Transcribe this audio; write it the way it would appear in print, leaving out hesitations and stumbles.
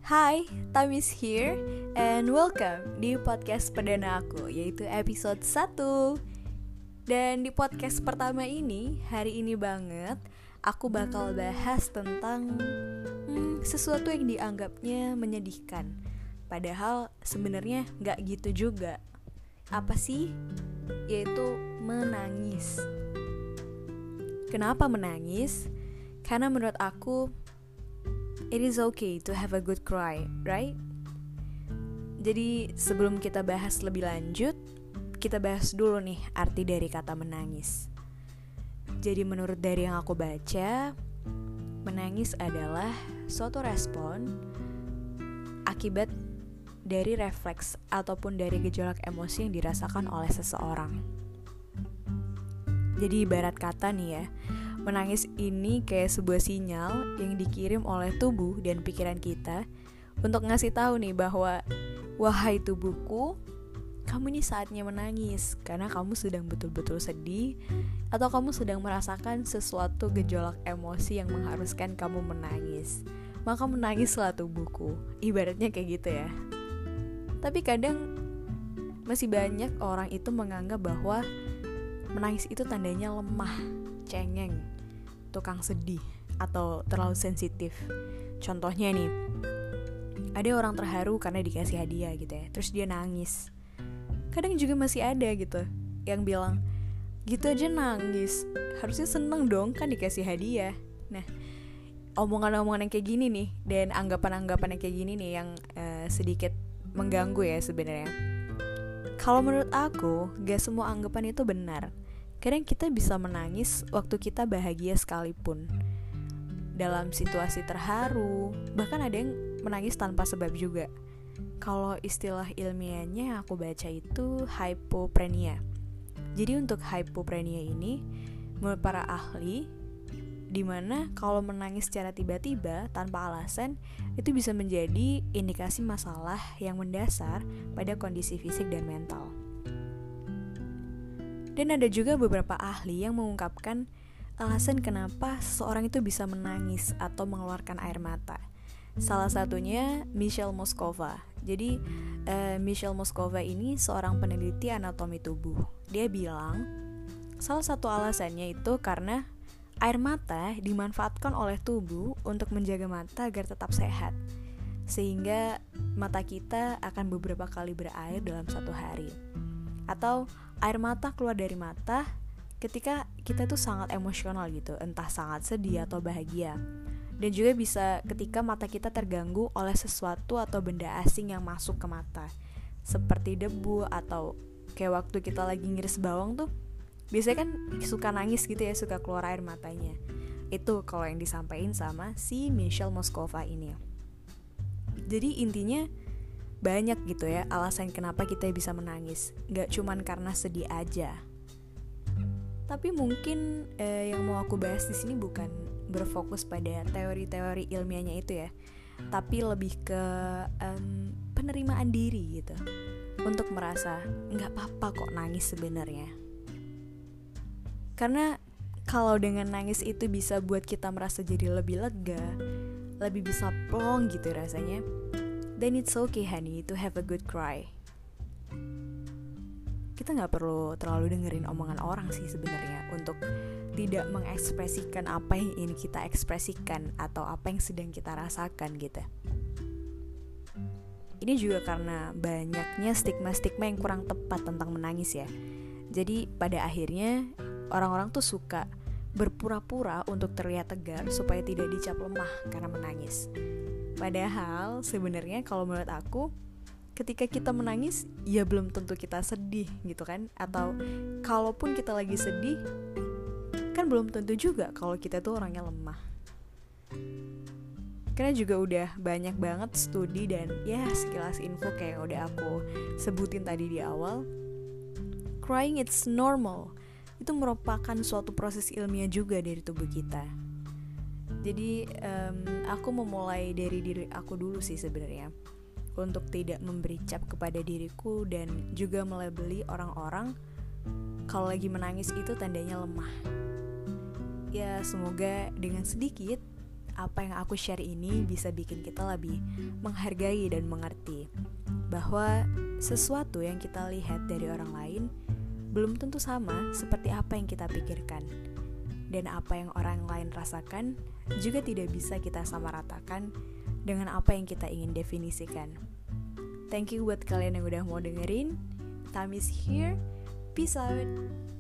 Hi, Time is here and welcome di podcast perdana aku, yaitu episode 1. Dan di podcast pertama ini, hari ini banget aku bakal bahas tentang sesuatu yang dianggapnya menyedihkan. Padahal sebenarnya gak gitu juga. Apa sih? Yaitu menangis. Kenapa menangis? Karena menurut aku it is okay to have a good cry, right? Jadi sebelum kita bahas lebih lanjut, kita bahas dulu nih arti dari kata menangis. Jadi menurut dari yang aku baca, menangis adalah suatu respon akibat dari refleks ataupun dari gejolak emosi yang dirasakan oleh seseorang. Jadi ibarat kata nih ya, menangis ini kayak sebuah sinyal yang dikirim oleh tubuh dan pikiran kita untuk ngasih tahu nih bahwa wahai tubuhku, kamu ini saatnya menangis karena kamu sedang betul-betul sedih atau kamu sedang merasakan sesuatu gejolak emosi yang mengharuskan kamu menangis. Maka menangislah tubuhku, ibaratnya kayak gitu ya. Tapi kadang masih banyak orang itu menganggap bahwa menangis itu tandanya lemah, cengeng, tukang sedih, atau terlalu sensitif. Contohnya nih, ada orang terharu karena dikasih hadiah gitu ya, terus dia nangis. Kadang juga masih ada gitu yang bilang, gitu aja nangis, harusnya seneng dong kan dikasih hadiah. Nah, omongan-omongan yang kayak gini nih, dan anggapan-anggapan yang kayak gini nih yang sedikit mengganggu ya sebenarnya. Kalau menurut aku, gak semua anggapan itu benar. Kadang kita bisa menangis waktu kita bahagia sekalipun, dalam situasi terharu, bahkan ada yang menangis tanpa sebab juga. Kalau istilah ilmiahnya yang aku baca itu hypoprenia. Jadi untuk hypoprenia ini, menurut para ahli, dimana kalau menangis secara tiba-tiba tanpa alasan, itu bisa menjadi indikasi masalah yang mendasar pada kondisi fisik dan mental. Dan ada juga beberapa ahli yang mengungkapkan alasan kenapa seseorang itu bisa menangis atau mengeluarkan air mata. Salah satunya Michelle Moscova. Jadi Michelle Moscova ini seorang peneliti anatomi tubuh. Dia bilang salah satu alasannya itu karena air mata dimanfaatkan oleh tubuh untuk menjaga mata agar tetap sehat, sehingga mata kita akan beberapa kali berair dalam satu hari. Atau air mata keluar dari mata ketika kita tuh sangat emosional gitu, entah sangat sedih atau bahagia. Dan juga bisa ketika mata kita terganggu oleh sesuatu atau benda asing yang masuk ke mata, seperti debu atau kayak waktu kita lagi ngiris bawang tuh biasanya kan suka nangis gitu ya, suka keluar air matanya. Itu kalau yang disampaikan sama si Michelle Moscova ini. Jadi intinya banyak gitu ya alasan kenapa kita bisa menangis. Gak cuman karena sedih aja. Tapi mungkin yang mau aku bahas di sini bukan berfokus pada teori-teori ilmiahnya itu ya, tapi lebih ke penerimaan diri gitu. Untuk merasa gak apa-apa kok nangis sebenarnya. Karena kalau dengan nangis itu bisa buat kita merasa jadi lebih lega, lebih bisa plong gitu rasanya, then it's okay honey to have a good cry. Kita gak perlu terlalu dengerin omongan orang sih sebenarnya untuk tidak mengekspresikan apa yang ingin kita ekspresikan atau apa yang sedang kita rasakan gitu. Ini juga karena banyaknya stigma-stigma yang kurang tepat tentang menangis ya. Jadi pada akhirnya orang-orang tuh suka berpura-pura untuk terlihat tegar supaya tidak dicap lemah karena menangis. Padahal sebenarnya kalau menurut aku, ketika kita menangis ya belum tentu kita sedih gitu kan. Atau kalaupun kita lagi sedih, kan belum tentu juga kalau kita tuh orangnya lemah. Karena juga udah banyak banget studi dan ya sekilas info kayak udah aku sebutin tadi di awal, crying it's normal. Itu merupakan suatu proses ilmiah juga dari tubuh kita. Jadi aku memulai dari diri aku dulu sih sebenarnya, untuk tidak memberi cap kepada diriku dan juga melabeli orang-orang kalau lagi menangis itu tandanya lemah. Ya semoga dengan sedikit apa yang aku share ini bisa bikin kita lebih menghargai dan mengerti bahwa sesuatu yang kita lihat dari orang lain belum tentu sama seperti apa yang kita pikirkan. Dan apa yang orang lain rasakan juga tidak bisa kita samaratakan dengan apa yang kita ingin definisikan. Thank you buat kalian yang udah mau dengerin. Time is here. Peace out.